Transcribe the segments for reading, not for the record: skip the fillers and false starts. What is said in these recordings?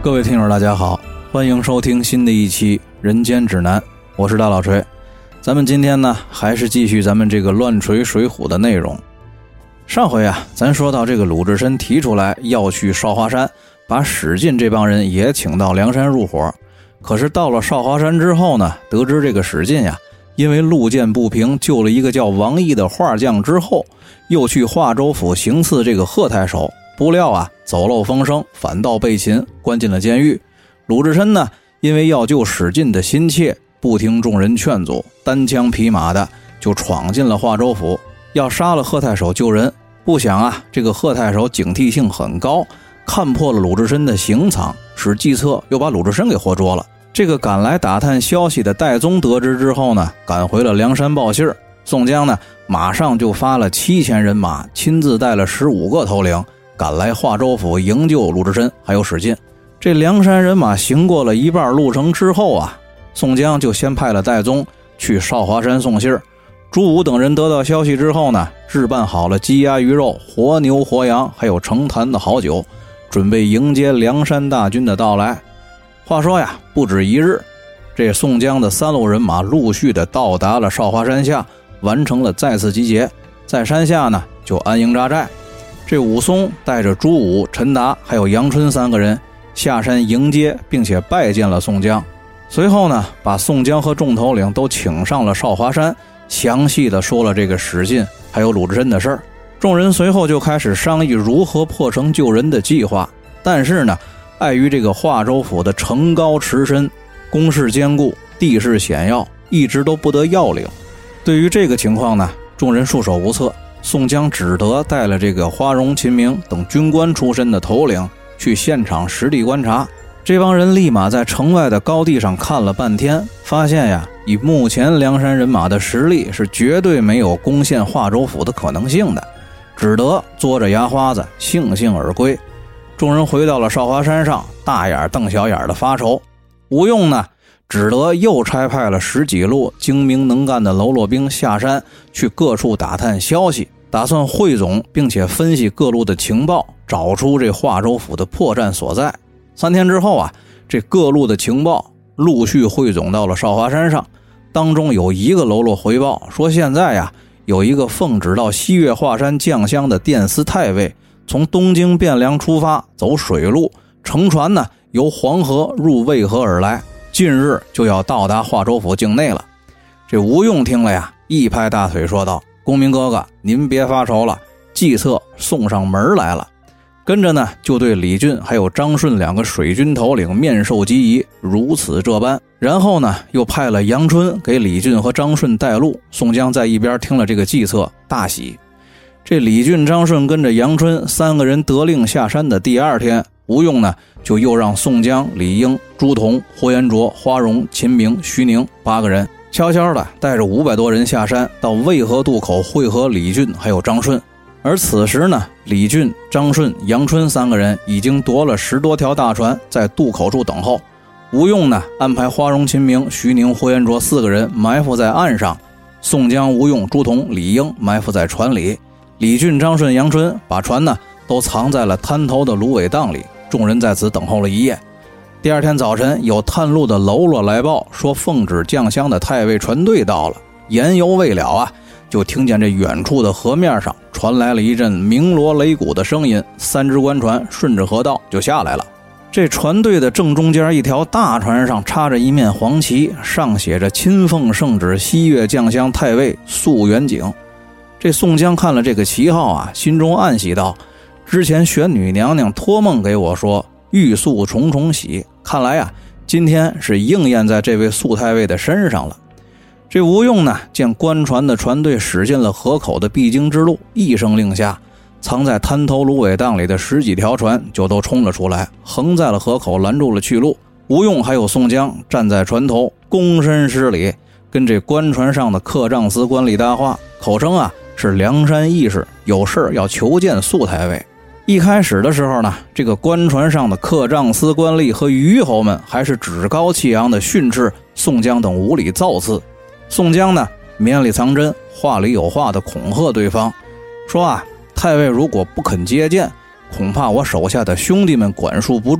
各位听友大家好，欢迎收听新的一期人间指南，我是大老锤。咱们今天呢还是继续咱们这个乱锤水浒的内容。上回啊咱说到这个鲁智深提出来要去少华山把史进这帮人也请到梁山入伙，可是到了少华山之后呢，得知这个史进呀因为路见不平救了一个叫王毅的画匠之后，又去华州府行刺这个贺太守，不料啊走漏风声，反倒被擒，关进了监狱。鲁智深呢因为要救史进的心切，不听众人劝阻，单枪匹马的就闯进了华州府，要杀了贺太守救人。不想啊这个贺太守警惕性很高，看破了鲁智深的行藏，使计策又把鲁智深给活捉了。这个赶来打探消息的戴宗得知之后呢，赶回了梁山报信儿。宋江呢马上就发了7000人马，亲自带了15个头领赶来华州府营救鲁智深还有史进。这梁山人马行过了一半路程之后啊，宋江就先派了戴宗去少华山送信儿。朱武等人得到消息之后呢，置办好了鸡鸭鱼肉、活牛活羊还有成坛的好酒，准备迎接梁山大军的到来。话说呀，不止一日，这宋江的3路人马陆续的到达了少华山下，完成了再次集结，在山下呢就安营扎寨。这武松带着朱武、陈达还有杨春3个人下山迎接并且拜见了宋江，随后呢把宋江和众头领都请上了少华山，详细的说了这个史进还有鲁智深的事儿。众人随后就开始商议如何破城救人的计划，但是呢碍于这个华州府的城高池深，工事坚固，地势险要，一直都不得要领。对于这个情况呢，众人束手无策，宋江只得带了这个花荣、秦明等军官出身的头领去现场实地观察。这帮人立马在城外的高地上看了半天，发现呀，以目前梁山人马的实力是绝对没有攻陷华州府的可能性的，只得嘬着牙花子悻悻而归。众人回到了少华山上，大眼瞪小眼的发愁。吴用呢只得又差派了10几路精明能干的喽啰兵下山去各处打探消息，打算汇总并且分析各路的情报，找出这华州府的破绽所在。3天之后啊，这各路的情报陆续汇总到了少华山上，当中有一个喽啰回报说，现在呀有一个奉旨到西岳华山将相的殿司太尉从东京汴梁出发，走水路，乘船呢由黄河入渭河而来，近日就要到达华州府境内了。这吴用听了呀，一拍大腿说道，公明哥哥您别发愁了，计策送上门来了。跟着呢就对李俊还有张顺2个水军头领面授机宜，如此这般。然后呢又派了杨春给李俊和张顺带路。宋江在一边听了这个计策大喜。这李俊、张顺跟着杨春3个人得令下山的第2天，吴用呢就又让宋江、李应、朱仝、霍元卓、花荣、秦明、徐宁8个人悄悄的带着500多人下山，到渭河渡口会合李俊还有张顺。而此时呢，李俊、张顺、杨春3个人已经夺了10多条大船，在渡口处等候。吴用呢安排花荣、秦明、徐宁、霍元卓4个人埋伏在岸上，宋江、吴用、朱仝、李应埋伏在船里。李俊、张顺、杨春把船呢都藏在了滩头的芦苇荡里，众人在此等候了一夜。第2天早晨，有探路的喽啰来报说，奉旨将相的太尉船队到了。言犹未了啊，就听见这远处的河面上传来了一阵鸣锣擂鼓的声音，3只官船顺着河道就下来了。这船队的正中间一条大船上插着一面黄旗，上写着亲奉圣旨西岳将相太尉肃元景。这宋江看了这个旗号啊，心中暗喜道，之前玄女娘娘托梦给我说欲速重重喜，看来啊今天是应验在这位肃太尉的身上了。这吴用呢见官船的船队驶进了河口的必经之路，一声令下，藏在滩头芦苇荡里的10几条船就都冲了出来，横在了河口，拦住了去路。吴用还有宋江站在船头，躬身施礼，跟这官船上的客账司官吏搭话，口称啊是梁山义士，有事要求见肃太尉。一开始的时候呢，这个官船上的客账司官吏和虞侯们还是趾高气扬的训斥宋江等无礼造次。宋江呢绵里藏针，话里有话的恐吓对方，说啊，太尉如果不肯接见，恐怕我手下的兄弟们管束不住，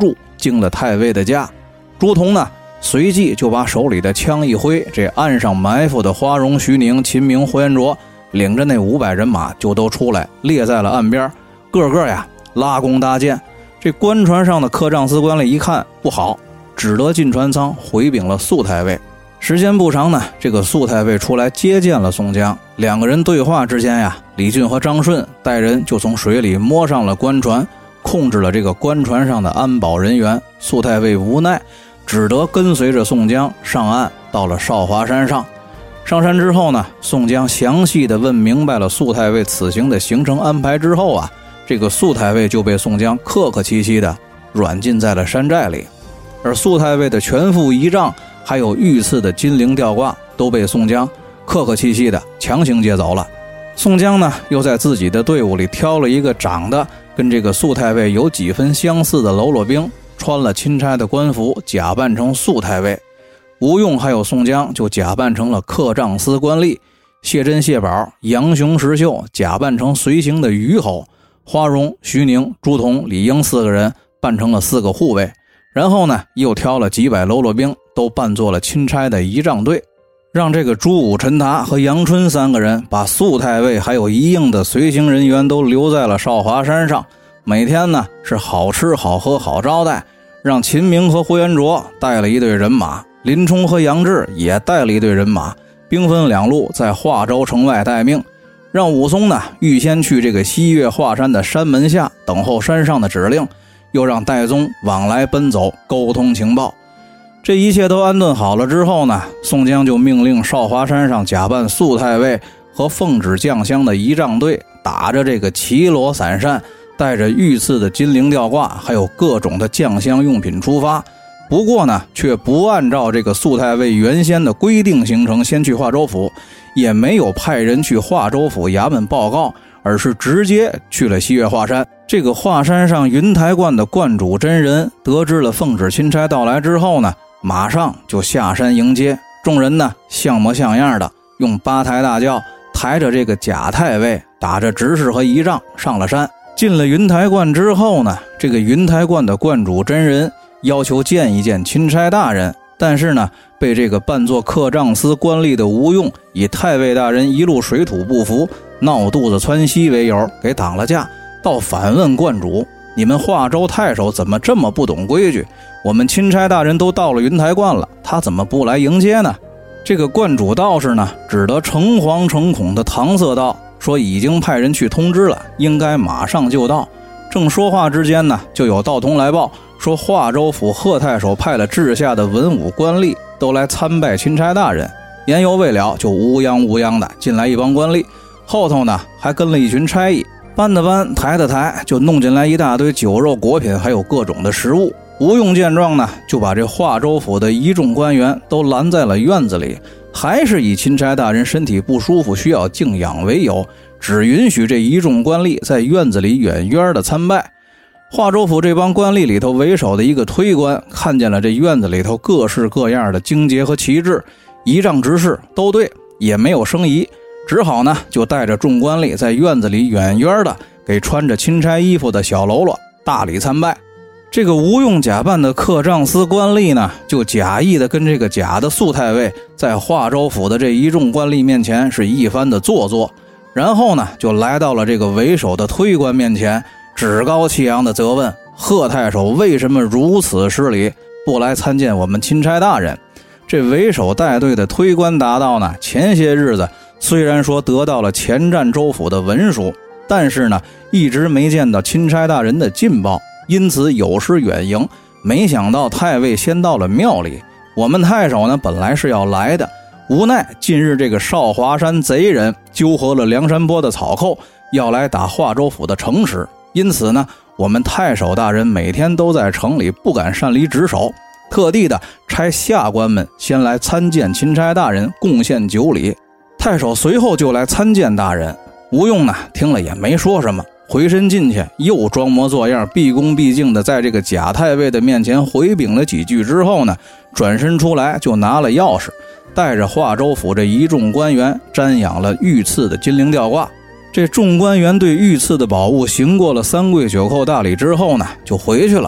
进了太尉的家。朱仝呢随即就把手里的枪一挥，这岸上埋伏的花荣、徐宁、秦明、呼延灼领着那500人马就都出来，列在了岸边，个个呀拉弓搭箭。这官船上的客帐司官吏一看不好，只得进船舱回禀了肃太尉。时间不长呢，这个肃太尉出来接见了宋江，两个人对话之间呀，李俊和张顺带人就从水里摸上了官船，控制了这个官船上的安保人员。肃太尉无奈，只得跟随着宋江上岸，到了少华山上。上山之后呢，宋江详细的问明白了肃太尉此行的行程安排之后啊，这个肃太尉就被宋江客客气气的软禁在了山寨里。而肃太尉的全副仪仗还有御赐的金铃吊挂都被宋江客客气气的强行接走了。宋江呢又在自己的队伍里挑了一个长得跟这个肃太尉有几分相似的喽啰兵，穿了钦差的官服，假扮成肃太尉。吴用还有宋江就假扮成了客帐司官吏，谢珍、谢宝、杨雄、石秀假扮成随行的虞侯，花荣、徐宁、朱仝、李应4个人扮成了4个护卫。然后呢又挑了几百喽啰兵都扮作了钦差的仪仗队，让这个朱武、陈达和杨春3个人把肃太尉还有一应的随行人员都留在了少华山上，每天呢是好吃好喝好招待，让秦明和呼延灼带了一队人马，林冲和杨志也带了一队人马，兵分2路在华州城外待命，让武松呢预先去这个西岳华山的山门下等候山上的指令，又让戴宗往来奔走沟通情报。这一切都安顿好了之后呢，宋江就命令少华山上假扮肃太尉和奉旨将相的仪仗队，打着这个旗锣伞扇，带着御赐的金铃吊挂还有各种的将相用品出发。不过呢却不按照这个肃太尉原先的规定行程先去华州府，也没有派人去华州府衙门报告，而是直接去了西岳华山。这个华山上云台观的观主真人得知了奉旨钦差到来之后呢，马上就下山迎接。众人呢像模像样的用8抬大轿抬着这个假太尉，打着执事和仪仗上了山。进了云台观之后呢，这个云台观的观主真人要求见一见钦差大人，但是呢被这个扮作客帐司官吏的吴用以太尉大人一路水土不服，闹肚子窜稀为由给挡了架，到反问观主，你们华州太守怎么这么不懂规矩？我们钦差大人都到了云台观了，他怎么不来迎接呢？这个观主道士呢只得诚惶诚恐的搪塞道，说已经派人去通知了，应该马上就到。正说话之间呢，就有道童来报说华州府贺太守派了治下的文武官吏都来参拜钦差大人。言犹未了，就乌泱乌泱的进来一帮官吏，后头呢还跟了一群差役，搬的搬，抬的抬，就弄进来一大堆酒肉果品还有各种的食物。吴用见状呢，就把这华州府的一众官员都拦在了院子里，还是以钦差大人身体不舒服需要静养为由，只允许这一众官吏在院子里远远的参拜。华州府这帮官吏里头为首的一个推官看见了这院子里头各式各样的荆节和旗帜，仪仗执事都对，也没有生疑，只好呢就带着众官吏在院子里远远的给穿着钦差衣服的小喽啰大礼参拜。这个吴用假扮的客帐司官吏呢，就假意的跟这个假的肃太尉在华州府的这一众官吏面前是一番的做作，然后呢就来到了这个为首的推官面前，趾高气扬的责问贺太守为什么如此失礼，不来参见我们钦差大人。这为首带队的推官答道呢，前些日子虽然说得到了前战州府的文书，但是呢一直没见到钦差大人的进报，因此有失远迎，没想到太尉先到了庙里，我们太守呢本来是要来的，无奈近日这个少华山贼人纠合了梁山泊的草寇，要来打华州府的城池，因此呢我们太守大人每天都在城里不敢擅离职守，特地的差下官们先来参见钦差大人，贡献酒礼。太守随后就来参见大人。吴用呢听了也没说什么，回身进去又装模作样毕恭毕敬的在这个假太尉的面前回禀了几句之后呢，转身出来就拿了钥匙，带着华州府这一众官员瞻仰了御赐的金铃吊挂。这众官员对御赐的宝物行过了三跪九叩大礼之后呢，就回去了。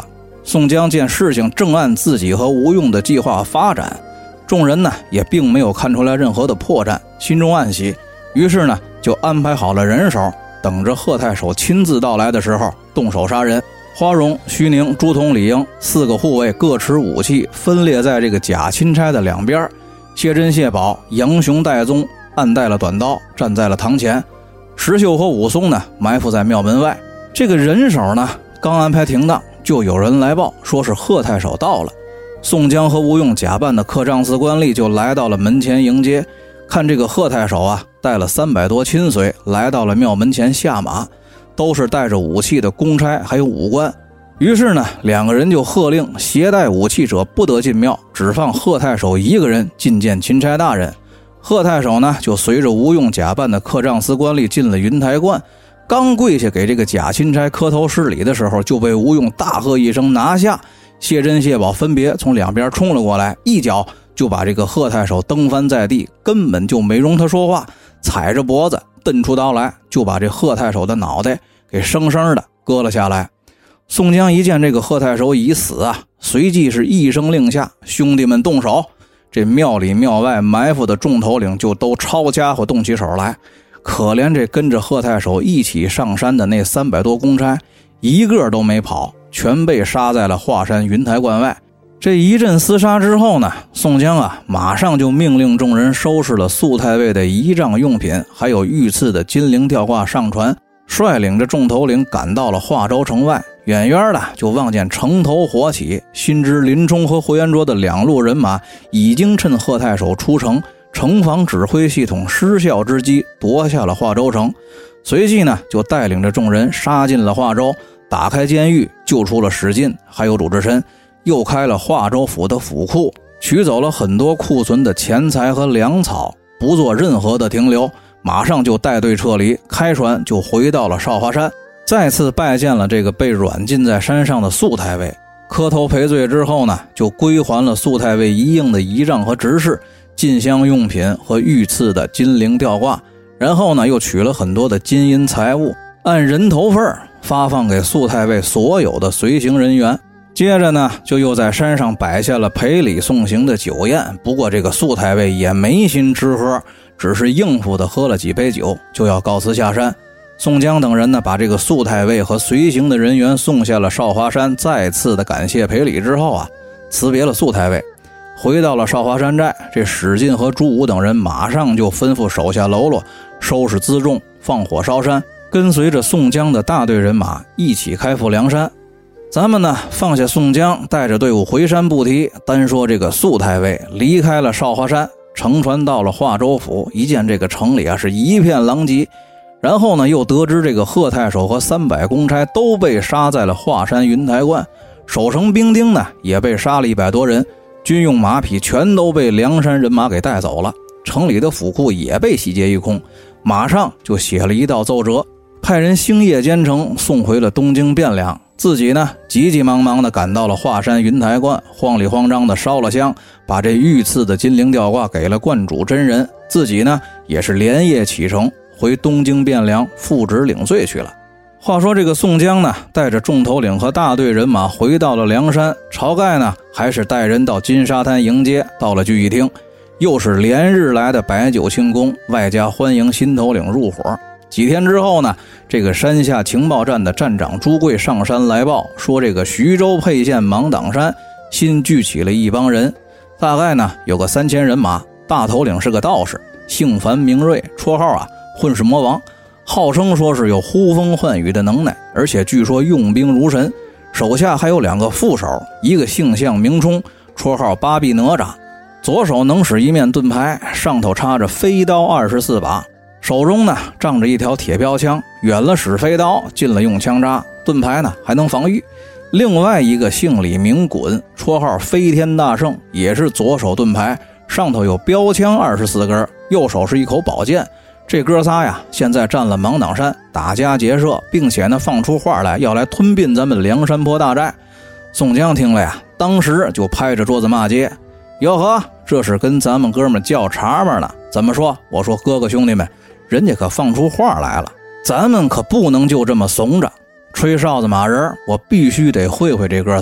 宋江见事情正按自己和吴用的计划发展，众人呢也并没有看出来任何的破绽，心中暗喜，于是呢就安排好了人手，等着贺太守亲自到来的时候动手杀人。花荣、徐宁、朱仝、李应4个护卫各持武器，分列在这个假钦差的两边。谢珍、谢宝、杨雄、戴宗暗带了短刀，站在了堂前。石秀和武松呢埋伏在庙门外。这个人手呢刚安排停当，就有人来报说是贺太守到了。宋江和吴用假扮的客帐司官吏就来到了门前迎接。看这个贺太守啊，带了300多亲随来到了庙门前下马，都是带着武器的公差还有武官。于是呢2个人就喝令携带武器者不得进庙，只放贺太守一个人觐见钦差大人。贺太守呢就随着吴用假扮的客帐司官吏进了云台观，刚跪下给这个假钦差磕头施礼的时候，就被吴用大喝一声拿下。谢珍、谢宝分别从两边冲了过来，一脚就把这个贺太守蹬翻在地，根本就没容他说话，踩着脖子蹬出刀来，就把这贺太守的脑袋给生生的割了下来。宋江一见这个贺太守已死啊，随即是一声令下，兄弟们动手。这庙里庙外埋伏的众头领就都抄家伙动起手来。可怜这跟着贺太守一起上山的那300多公差，一个都没跑，全被杀在了华山云台观外。这一阵厮杀之后呢，宋江啊马上就命令众人收拾了宿太尉的仪仗用品，还有御赐的金陵吊挂上船，率领着众头领赶到了华州城外。远远的就望见城头火起，心知林冲和回元卓的2路人马已经趁贺太守出城，城防指挥系统失效之机夺下了华州城。随即呢就带领着众人杀进了华州，打开监狱，救出了史进还有鲁智深，又开了华州府的府库，取走了很多库存的钱财和粮草，不做任何的停留，马上就带队撤离，开船就回到了少华山，再次拜见了这个被软禁在山上的宿太尉。磕头赔罪之后呢，就归还了宿太尉一应的仪仗和执事、进香用品和御赐的金陵吊挂，然后呢又取了很多的金银财物，按人头份发放给宿太尉所有的随行人员。接着呢就又在山上摆下了赔礼送行的酒宴，不过这个宿太尉也没心吃喝，只是应付的喝了几杯酒就要告辞下山。宋江等人呢把这个宿太尉和随行的人员送下了少华山，再次的感谢赔礼之后啊，辞别了宿太尉，回到了少华山寨。这史进和朱武等人马上就吩咐手下喽啰收拾辎重，放火烧山，跟随着宋江的大队人马一起开赴梁山。咱们呢放下宋江，带着队伍回山不提，单说这个宿太尉离开了少华山，乘船到了华州府，一见这个城里啊是一片狼藉，然后呢又得知这个贺太守和300公差都被杀在了华山云台观，守城兵丁呢也被杀了100多人，军用马匹全都被梁山人马给带走了，城里的府库也被洗劫一空，马上就写了一道奏折，派人星夜兼程送回了东京汴梁，自己呢急急忙忙的赶到了华山云台观，慌里慌张的烧了香，把这御赐的金陵吊挂给了观主真人，自己呢也是连夜启程回东京汴梁复职领罪去了。话说这个宋江呢带着众头领和大队人马回到了梁山，晁盖呢还是带人到金沙滩迎接，到了聚义厅又是连日来的摆酒庆功，外加欢迎新头领入伙。几天之后呢，这个山下情报站的站长朱贵上山来报，说这个徐州沛县芒砀山新聚起了一帮人，大概呢有个3000人马，大头领是个道士，姓樊名瑞，绰号啊混世魔王，号称说是有呼风唤雨的能耐，而且据说用兵如神，手下还有2个副手，一个姓项名冲，绰号八臂哪吒，左手能使一面盾牌，上头插着飞刀24把，手中呢仗着一条铁标枪，远了使飞刀，近了用枪扎，盾牌呢还能防御。另外一个姓李名衮，绰号飞天大圣，也是左手盾牌，上头有标枪24根，右手是一口宝剑。这哥仨呀现在占了芒砀山，打家劫舍，并且呢放出话来要来吞并咱们梁山泊大寨。宋江听了呀，当时就拍着桌子骂街，哟呵，这是跟咱们哥们叫茬嘛呢？怎么说？我说哥哥兄弟们，人家可放出话来了，咱们可不能就这么怂着。吹哨子马人，我必须得会会这哥仨，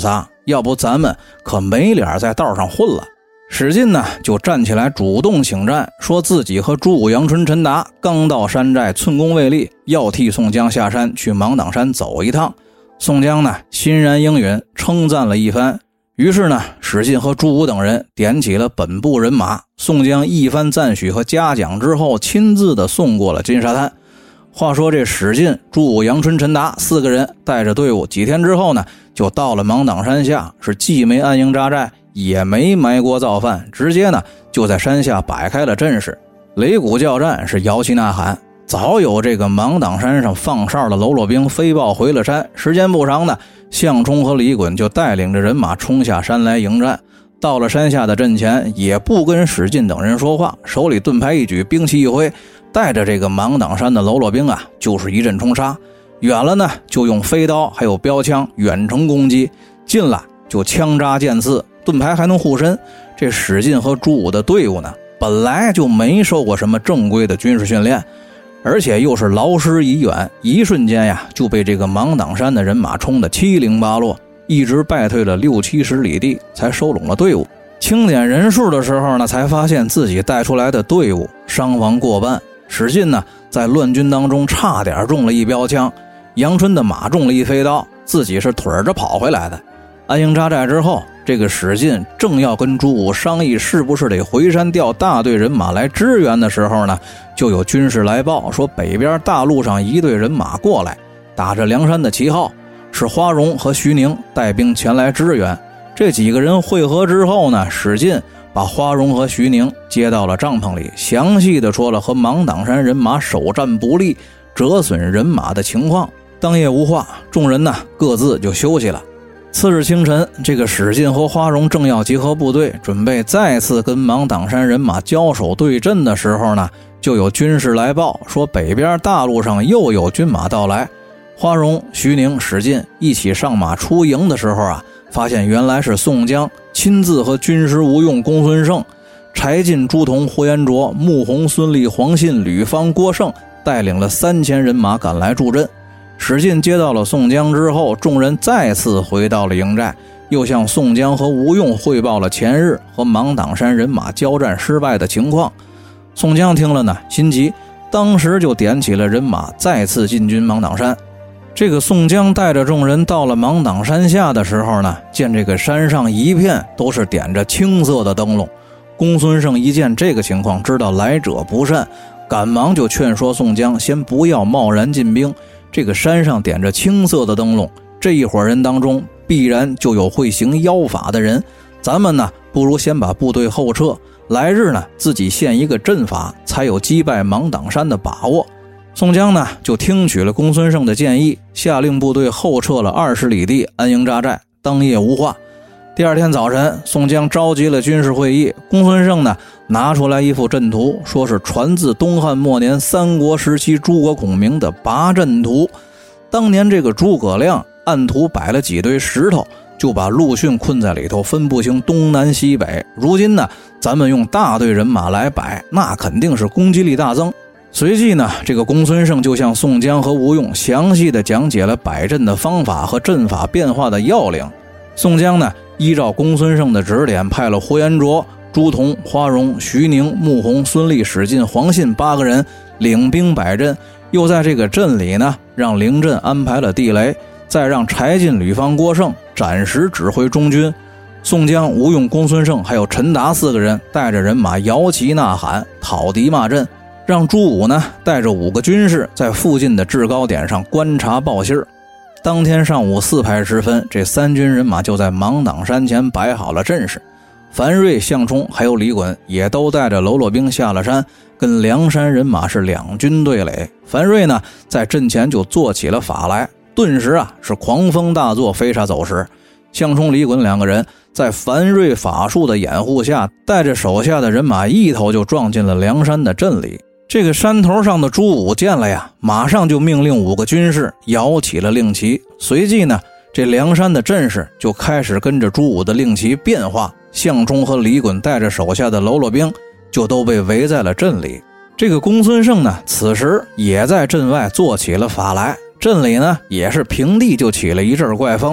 要不咱们可没脸在道上混了。史进呢就站起来主动请战，说自己和朱武、杨春、陈达刚到山寨，寸功未立，要替宋江下山去芒砀山走一趟。宋江呢欣然应允，称赞了一番。于是呢，史进和朱武等人点起了本部人马，宋江一番赞许和嘉奖之后，亲自的送过了金沙滩。话说这史进、朱武、杨春、陈达4个人带着队伍，几天之后呢，就到了芒砀山下，是既没安营扎寨，也没埋锅造饭，直接呢就在山下摆开了阵势，擂鼓叫战，是摇旗呐喊。早有这个芒砀山上放哨的喽啰兵飞报回了山，时间不长呢，项冲和李衮就带领着人马冲下山来迎战。到了山下的阵前，也不跟史进等人说话，手里盾牌一举，兵器一挥，带着这个芒砀山的喽啰兵啊，就是一阵冲杀。远了呢，就用飞刀还有标枪远程攻击；近了就枪扎剑刺，盾牌还能护身。这史进和朱武的队伍呢，本来就没受过什么正规的军事训练，而且又是劳师已远，一瞬间呀就被这个芒砀山的人马冲得七零八落，一直败退了60-70里地，才收拢了队伍。清点人数的时候呢，才发现自己带出来的队伍伤亡过半。史进呢在乱军当中差点中了一标枪，杨春的马中了一飞刀，自己是腿着跑回来的。安营扎寨之后，这个史进正要跟朱武商议是不是得回山调大队人马来支援的时候呢，就有军士来报说北边大路上一队人马过来，打着梁山的旗号，是花荣和徐宁带兵前来支援。这几个人会合之后呢，史进把花荣和徐宁接到了帐篷里，详细的说了和芒砀山人马首战不利，折损人马的情况。当夜无话，众人呢各自就休息了。次日清晨，这个史进和花荣正要集合部队，准备再次跟芒砀山人马交手对阵的时候呢，就有军士来报说北边大路上又有军马到来。花荣、徐宁、史进一起上马出营的时候啊，发现原来是宋江亲自和军师吴用、公孙胜、柴进、朱仝、呼延灼、穆弘、孙立、黄信、吕方、郭盛带领了3000人马赶来助阵。史进接到了宋江之后，众人再次回到了营寨，又向宋江和吴用汇报了前日和芒砀山人马交战失败的情况。宋江听了呢，心急，当时就点起了人马再次进军芒砀山。这个宋江带着众人到了芒砀山下的时候呢，见这个山上一片都是点着青色的灯笼。公孙胜一见这个情况，知道来者不善，赶忙就劝说宋江先不要贸然进兵。这个山上点着青色的灯笼，这一伙人当中必然就有会行妖法的人，咱们呢不如先把部队后撤，来日呢自己现一个阵法，才有击败芒砀山的把握。宋江呢就听取了公孙胜的建议，下令部队后撤了20里地，安营扎寨，当夜无话。第二天早晨，宋江召集了军事会议，公孙胜呢拿出来一幅阵图，说是传自东汉末年三国时期诸葛孔明的拔阵图。当年这个诸葛亮按图摆了几堆石头，就把陆逊困在里头，分不清东南西北。如今呢，咱们用大队人马来摆，那肯定是攻击力大增。随即呢，这个公孙胜就向宋江和吴用详细的讲解了摆阵的方法和阵法变化的要领。宋江呢依照公孙胜的指点，派了呼延灼、朱仝、花荣、徐宁、穆弘、孙立、史进、黄信8个人领兵摆阵，又在这个阵里呢让凌震安排了地雷，再让柴进、吕方、郭盛暂时指挥中军。宋江、吴用、公孙胜还有陈达4个人带着人马摇旗呐喊，讨敌骂阵，让朱武呢带着5个军士在附近的制高点上观察报信儿。当天上午4排时分，这3军人马就在芒砀山前摆好了阵势。樊瑞、项冲还有李衮也都带着喽啰兵下了山，跟梁山人马是两军对垒。樊瑞呢在阵前就做起了法来，顿时啊是狂风大作，飞沙走石。项冲、李衮2个人在樊瑞法术的掩护下，带着手下的人马一头就撞进了梁山的阵里。这个山头上的朱武见了呀，马上就命令5个军士摇起了令旗。随即呢，这梁山的阵势就开始跟着朱武的令旗变化，项冲和李衮带着手下的喽啰兵就都被围在了阵里。这个公孙胜呢，此时也在阵外做起了法来，阵里呢也是平地就起了一阵怪风，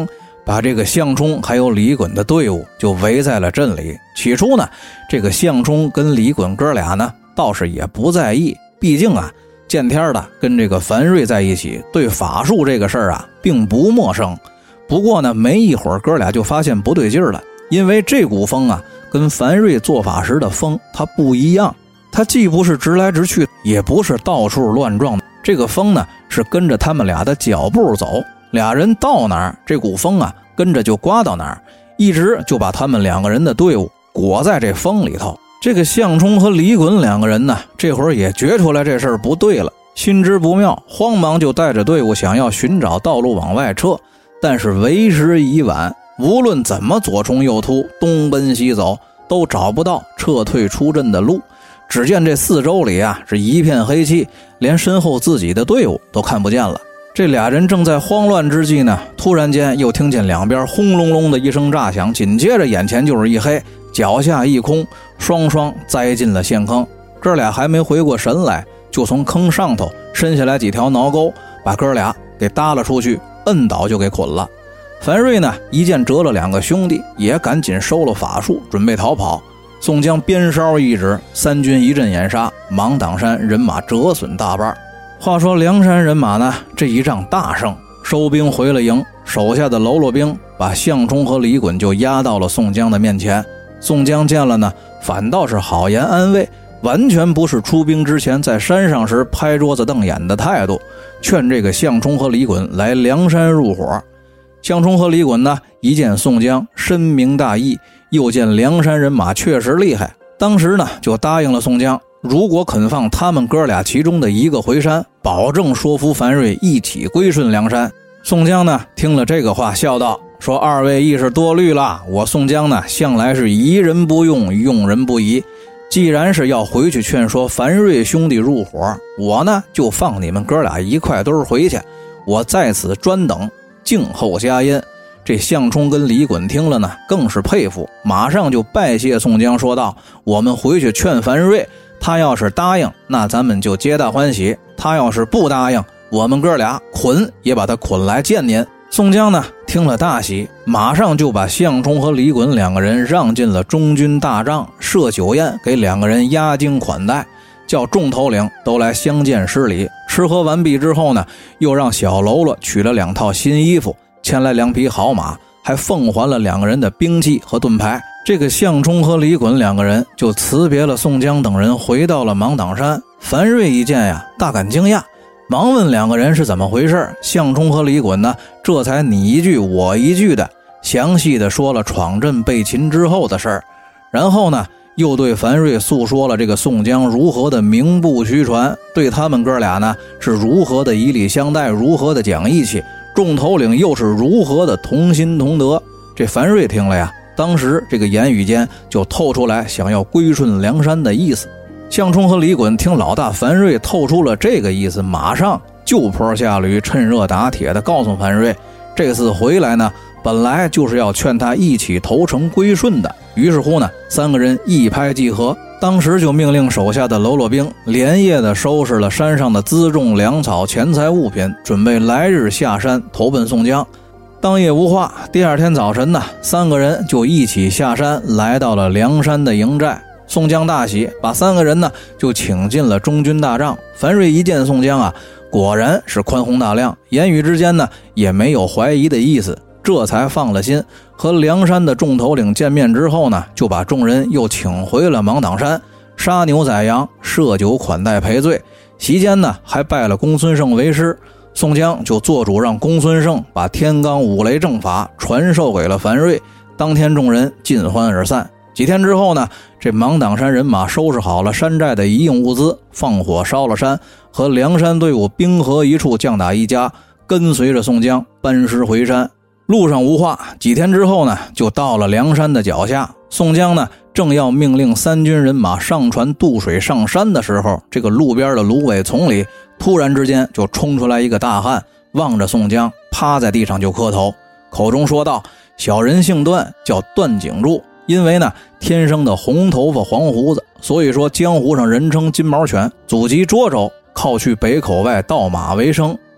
把这个项冲还有李衮的队伍就围在了镇里。起初呢，这个项冲跟李衮哥俩呢倒是也不在意，毕竟啊见天的跟这个樊瑞在一起，对法术这个事儿啊并不陌生。不过呢，没一会儿哥俩就发现不对劲了，因为这股风啊跟樊瑞做法时的风它不一样，它既不是直来直去，也不是到处乱撞，这个风呢是跟着他们俩的脚步走，俩人到哪儿，这股风啊跟着就刮到哪儿，一直就把他们两个人的队伍裹在这风里头。这个项冲和李衮两个人呢，这会儿也觉出来这事儿不对了，心知不妙，慌忙就带着队伍想要寻找道路往外撤，但是为时已晚，无论怎么左冲右突，东奔西走，都找不到撤退出阵的路。只见这四周里啊是一片黑漆，连身后自己的队伍都看不见了。这俩人正在慌乱之际呢，突然间又听见两边轰隆隆的一声炸响，紧接着眼前就是一黑，脚下一空，双双栽进了陷坑。哥俩还没回过神来，就从坑上头伸下来几条挠钩，把哥俩给搭了出去，摁倒就给捆了。樊瑞呢一见折了两个兄弟，也赶紧收了法术，准备逃跑。宋江鞭梢一指，三军一阵掩杀，芒砀山人马折损大半。话说梁山人马呢，这一仗大胜，收兵回了营，手下的喽啰兵把项冲和李衮就押到了宋江的面前。宋江见了呢，反倒是好言安慰，完全不是出兵之前在山上时拍桌子瞪眼的态度，劝这个项冲和李衮来梁山入伙。项冲和李衮呢，一见宋江深明大义，又见梁山人马确实厉害，当时呢就答应了宋江，如果肯放他们哥俩其中的一个回山，保证说服樊瑞一起归顺梁山。宋江呢听了这个话，笑道，说二位亦是多虑了，我宋江呢向来是疑人不用，用人不疑，既然是要回去劝说樊瑞兄弟入伙，我呢就放你们哥俩一块堆回去，我在此专等静候佳音。这项冲跟李衮听了呢更是佩服，马上就拜谢宋江，说道，我们回去劝樊瑞，他要是答应，那咱们就皆大欢喜，他要是不答应，我们哥俩捆也把他捆来见您。宋江呢听了大喜，马上就把项冲和李衮两个人让进了中军大帐，设酒宴给两个人压惊款待，叫众头领都来相见施礼。吃喝完毕之后呢，又让小喽啰取了2套新衣服，牵来2匹好马，还奉还了两个人的兵器和盾牌。这个项冲和李衮两个人就辞别了宋江等人，回到了芒砀山。樊瑞一见呀，大感惊讶，忙问两个人是怎么回事。项冲和李衮呢，这才你一句我一句的详细的说了闯阵被擒之后的事儿，然后呢又对樊瑞诉说了这个宋江如何的名不虚传，对他们哥俩呢是如何的以礼相待，如何的讲义气，众头领又是如何的同心同德。这樊瑞听了呀，当时这个言语间就透出来想要归顺梁山的意思。项冲和李衮听老大樊瑞透出了这个意思，马上就坡下驴，趁热打铁的告诉樊瑞，这次回来呢本来就是要劝他一起投诚归顺的。于是乎呢，三个人一拍即合，当时就命令手下的喽啰兵连夜的收拾了山上的辎重粮草钱财物品，准备来日下山投奔宋江。当夜无话，第二天早晨呢，三个人就一起下山，来到了梁山的营寨。宋江大喜，把三个人呢就请进了中军大帐。樊瑞一见宋江啊，果然是宽宏大量，言语之间呢也没有怀疑的意思，这才放了心。和梁山的众头领见面之后呢，就把众人又请回了芒砀山，杀牛宰羊，设酒款待赔罪。席间呢还拜了公孙胜为师。宋江就做主让公孙胜把天罡五雷正法传授给了樊瑞。当天众人尽欢而散。几天之后呢，这芒砀山人马收拾好了山寨的一应物资，放火烧了山，和梁山队伍兵合一处，将打一家，跟随着宋江班师回山。路上无话，几天之后呢，就到了梁山的脚下。宋江呢正要命令三军人马上船渡水上山的时候，这个路边的芦苇丛里突然之间就冲出来一个大汉，望着宋江趴在地上就磕头，口中说道，小人姓段，叫段景柱，因为呢天生的红头发黄胡子，所以说江湖上人称金毛犬，祖籍涿州，靠去北口外盗马为生。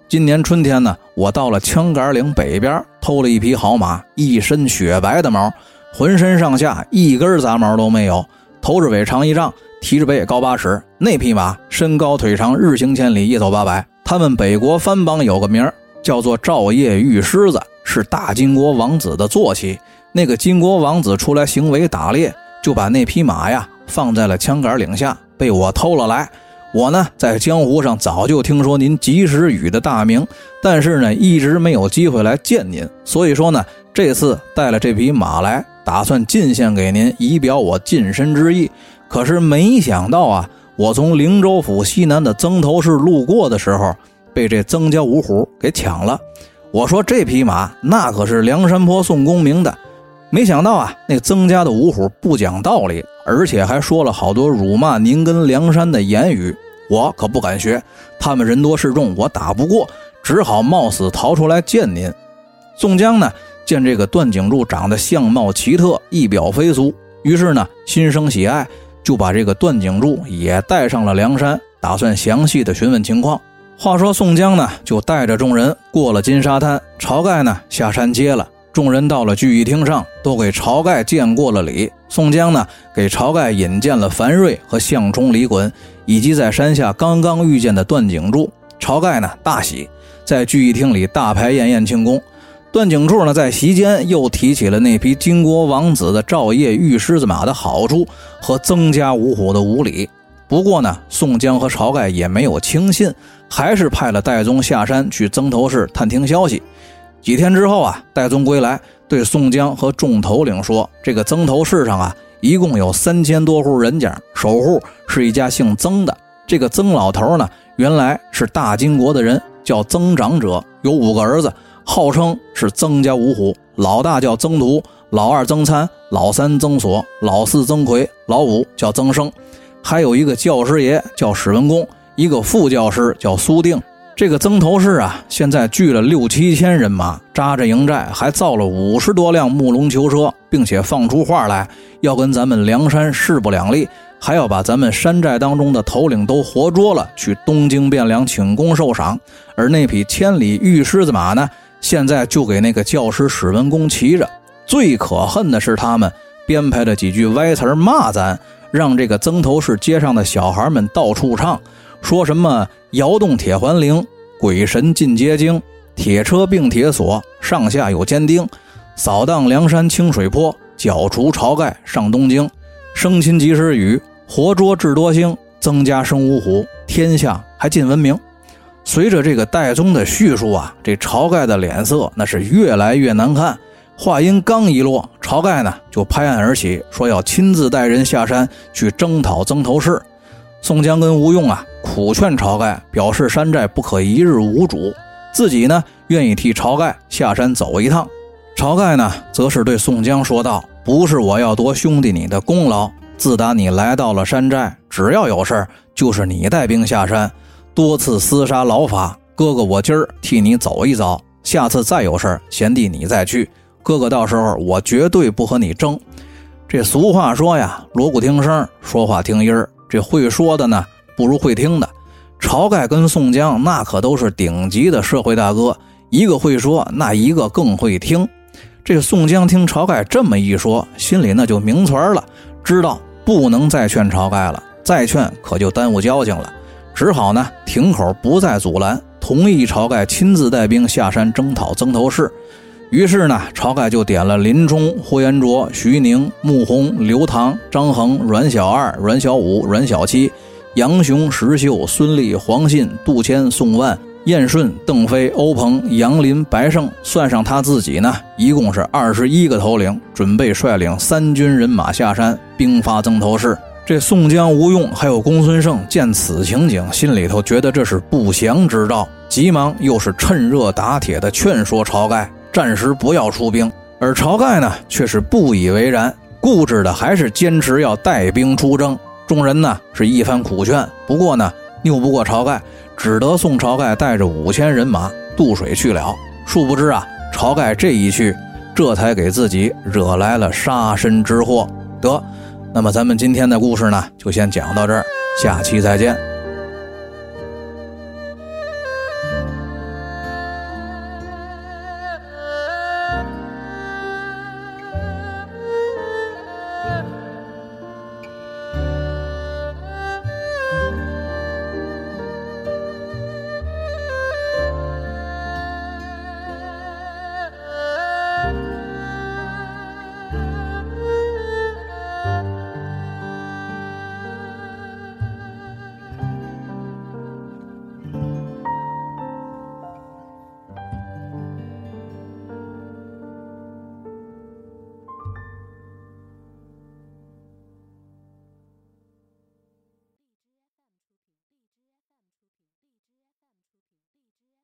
今年春天呢，我到了枪杆岭北边，偷了一匹好马，一身雪白的毛，浑身上下一根杂毛都没有，头着尾长1丈，提着背高8尺。那匹马身高腿长，日行千里，夜走800。他们北国藩邦有个名叫做照夜玉狮子，是大金国王子的坐骑。那个金国王子出来行为打猎，就把那匹马呀放在了枪杆岭下，被我偷了来。我呢在江湖上早就听说您及时雨的大名，但是呢一直没有机会来见您，所以说呢这次带了这匹马来，打算进献给您，以表我近身之意。可是没想到啊，我从灵州府西南的曾头市路过的时候，被这曾家五虎给抢了。我说这匹马那可是梁山泊宋公明的，没想到啊，那曾家的五虎不讲道理，而且还说了好多辱骂您跟梁山的言语。我可不敢学，他们人多势众，我打不过，只好冒死逃出来见您。宋江呢，见这个段景柱长得相貌奇特，一表非俗，于是呢心生喜爱，就把这个段景柱也带上了梁山，打算详细的询问情况。话说宋江呢就带着众人过了金沙滩，晁盖呢下山接了。众人到了聚义厅上，都给晁盖见过了礼。宋江呢给晁盖引荐了樊瑞和项冲、李衮，以及在山下刚刚遇见的段景柱。晁盖呢大喜，在聚义厅里大排宴宴庆功。段景柱呢在席间又提起了那匹金国王子的照夜玉狮子马的好处和曾家五虎的无礼。不过呢宋江和晁盖也没有轻信，还是派了戴宗下山去曾头市探听消息。几天之后啊，戴宗归来，对宋江和众头领说，这个曾头市上啊一共有3000多户人家，守户是一家姓曾的。这个曾老头呢原来是大金国的人，叫曾长者，有5个儿子，号称是曾家五虎。老大叫曾图，老二曾参，老三曾锁，老四曾奎，老五叫曾生。还有一个教师爷叫史文恭，一个副教师叫苏定。这个曾头市啊现在聚了6、7千人马，扎着营寨，还造了50多辆木龙囚车，并且放出话来要跟咱们梁山势不两立，还要把咱们山寨当中的头领都活捉了，去东京汴梁请功受赏。而那匹千里玉狮子马呢，现在就给那个教师史文恭骑着。最可恨的是他们编排了几句歪词骂咱，让这个曾头市街上的小孩们到处唱，说什么摇动铁环铃，鬼神进街经，铁车并铁锁，上下有尖钉，扫荡梁山清水坡，剿除晁盖上东京，生擒及时雨，活捉智多星，增加生五虎，天下还尽闻名。随着这个戴宗的叙述啊，这晁盖的脸色那是越来越难看。话音刚一落，晁盖呢就拍案而起，说要亲自带人下山去征讨曾头市。宋江跟吴用啊苦劝晁盖，表示山寨不可一日无主，自己呢愿意替晁盖下山走一趟。晁盖呢则是对宋江说道，不是我要夺兄弟你的功劳，自打你来到了山寨，只要有事就是你带兵下山，多次厮杀劳法，哥哥我今儿替你走一遭，下次再有事贤弟你再去，哥哥到时候我绝对不和你争。这俗话说呀，锣鼓听声，说话听音儿，这会说的呢不如会听的。晁盖跟宋江那可都是顶级的社会大哥，一个会说，那一个更会听。这宋江听晁盖这么一说，心里那就明传了，知道不能再劝晁盖了，再劝可就耽误交情了，只好呢停口不再阻拦，同意晁盖亲自带兵下山征讨曾头市。于是呢晁盖就点了林冲、呼延灼、徐宁、穆弘、刘唐、张衡、阮小二、阮小五、阮小七、杨雄、石秀、孙立、黄信、杜迁、宋万、燕顺、邓飞、欧鹏、杨林、白胜，算上他自己呢，一共是21个头领，准备率领3军人马下山兵发曾头市。这宋江、吴用还有公孙胜见此情景，心里头觉得这是不祥之兆，急忙又是趁热打铁的劝说晁盖暂时不要出兵。而晁盖呢却是不以为然，固执的还是坚持要带兵出征。众人呢是一番苦劝，不过呢拗不过晁盖，只得送晁盖带着5000人马渡水去了。殊不知啊，晁盖这一去，这才给自己惹来了杀身之祸。得，那么咱们今天的故事呢就先讲到这儿，下期再见。